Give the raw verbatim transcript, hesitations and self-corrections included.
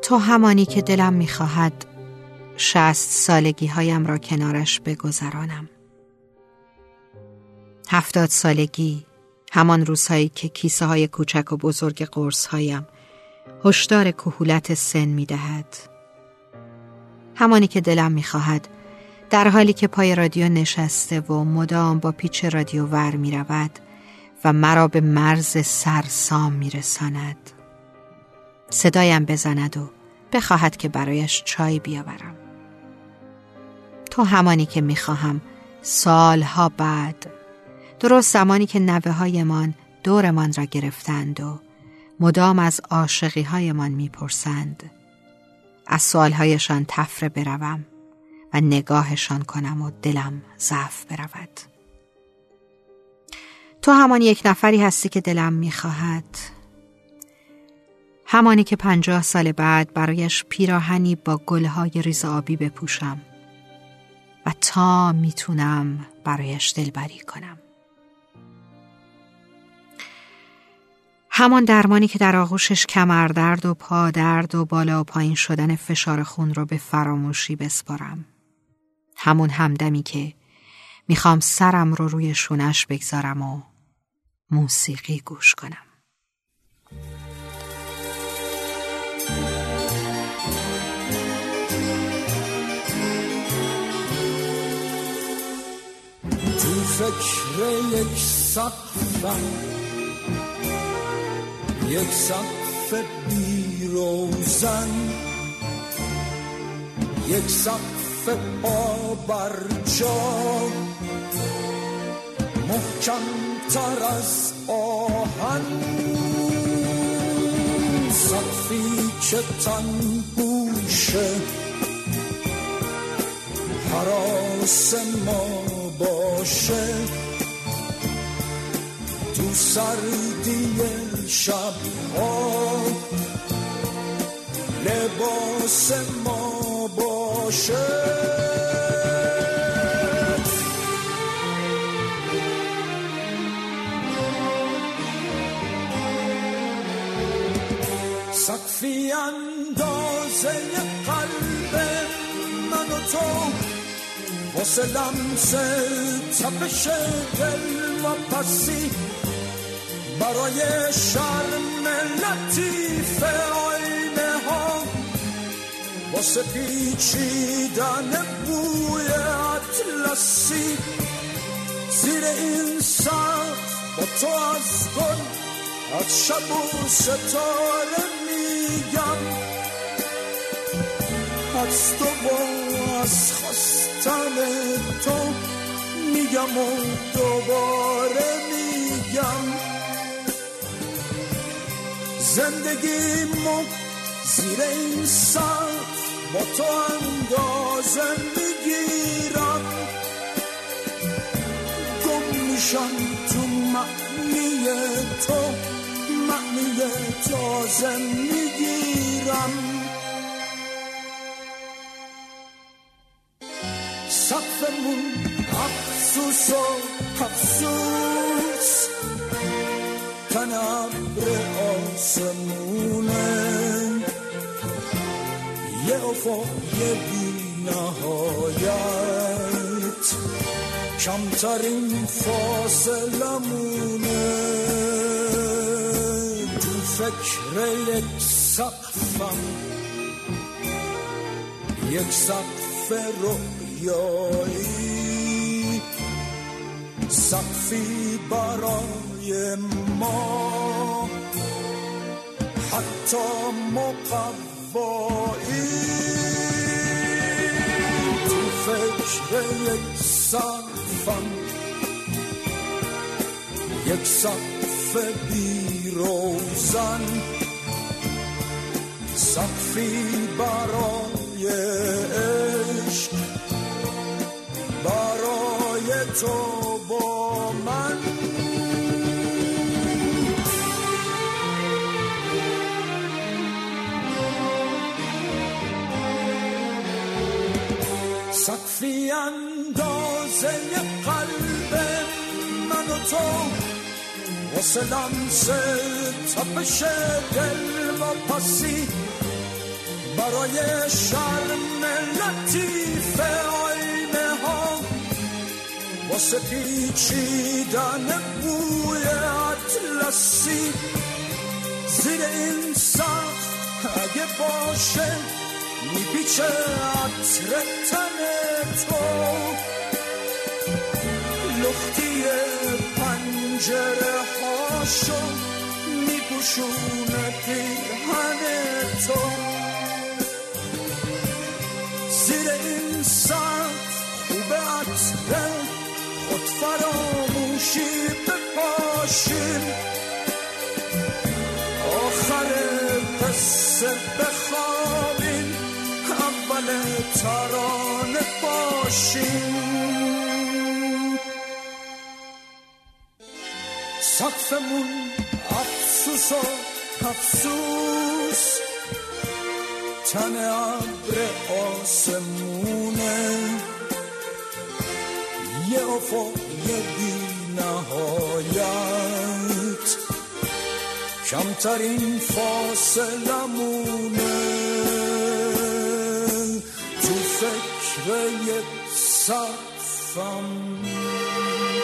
تو همانی که دلم می‌خواهد شصت سالگی هایم را کنارش بگذرانم. هفتاد سالگی، همان روزهایی که کیسه های کوچک و بزرگ قرص هایم هشدار کهولت سن می‌دهد. همانی که دلم می‌خواهد در حالی که پای رادیو نشسته و مدام با پیچ رادیو ور می‌رود و مرا به مرز سرسام می‌رساند. صدایم بزند و بخواهد که برایش چای بیاورم. تو همانی که می‌خواهم سالها بعد، درست زمانی که نوه هایمان دورمان را گرفتند و مدام از عاشقی هایمان می‌پرسند، از سوالهایشان تفره بروم و نگاهشان کنم و دلم ضعف برود. تو همان یک نفری هستی که دلم می‌خواهد، همانی که پنجاه سال بعد برایش پیراهنی با گلهای ریز آبی بپوشم و تا میتونم برایش دلبری کنم. همان درمانی که در آغوشش کمردرد و پادرد و بالا و پایین شدن فشار خون رو به فراموشی بسپارم. همون همدمی که میخوام سرم رو روی شونش بگذارم و موسیقی گوش کنم. تو فکر یک سقفم، یک سقف بی روزن، یک سقف پابرجا، محکم تر از آهن، سقفی که تن پوشه هراس ما باشه، تو سردی شبها لباس ما باشه. سقفی اندازه قلب من و تو، واسه لمس تپش دل و پسی، برای شرم لطیف آینه ها، واسه پیچیدن بوی اطلسی، زیر این سقف با تو از گل، از شب و ستاره میگم، از تو با از خواستن تو میگم و دوباره میگم، زندگیمو زیر این سقف با تو اندازه میگیرم، گم میشم تو معنی تو، معنی تازه میگیرم. سقفمون افسوس و افسوس، تن ابر آسمونه، یه افقی بی نهایت، کمترین فاصلمونه، تو فکر یک سقفم، یک سقف رویایی، سقفی برای ما حتی مقوایی، تو فکر یک سقفم، یک سقف بی روزن، سقفی برای عشق، برای تو با من. سقفی اندازه قلب من و تو، واسه لمس تپش دل و پسی، برای شرم لطیف آینه ها، واسه پیچیدن بوی اطلسی زیر این سقف اگه باشه میپیچه عطر تن تو، لختی پنجره هاشو میپوشونه پیرهن تو، زیر این سقف خوب عطر خود فراموشی بپاشیم، آخر قصه بخوابیم اول ترانه باشیم. سقفمون افسوس و افسوس، تن ابر آسمونه، یه افق بی نهایت، کمترین فاصلمونه، تو فکر یک سقفم.